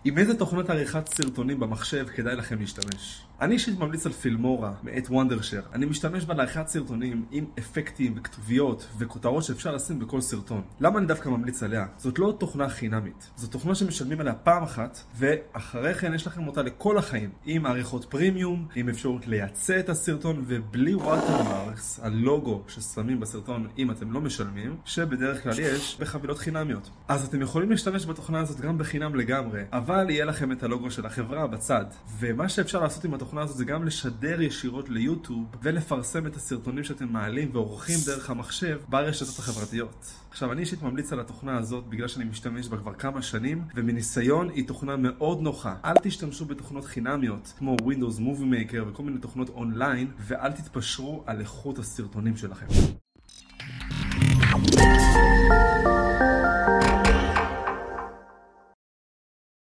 עם איזה תוכנת עריכת סרטונים במחשב כדאי לכם להשתמש? אני אישית ממליץ על פילמורה מאת וונדרשר. אני משתמש בה לעריכת סרטונים עם אפקטים וכתוביות וכותרות שאפשר לשים בכל סרטון. למה אני דווקא ממליץ עליה? זאת לא תוכנה חינמית. זאת תוכנה שמשלמים עליה פעם אחת, ואחרי כן יש לכם אותה לכל החיים. עם עריכות פרימיום, עם אפשרות לייצא את הסרטון, ובלי ווטרמרקס, הלוגו ששמים בסרטון אם אתם לא משלמים, שבדרך כלל יש בחבילות חינמיות. אז אתם יכולים להשתמש בתוכנה הזאת גם בחינם לגמרי, אבל יהיה לכם את הלוגו של החברה בצד. ומה שאפשר לעשות עם התוכנה הזאת זה גם לשדר ישירות ליוטיוב ולפרסם את הסרטונים שאתם מעלים ועורכים דרך המחשב ברשתות החברתיות. עכשיו, אני אישית ממליץ על התוכנה הזאת בגלל שאני משתמש בה כבר כמה שנים, ומניסיון היא תוכנה מאוד נוחה. אל תשתמשו בתוכנות חינמיות כמו Windows Movie Maker וכל מיני תוכנות אונליין, ואל תתפשרו על איכות הסרטונים שלכם.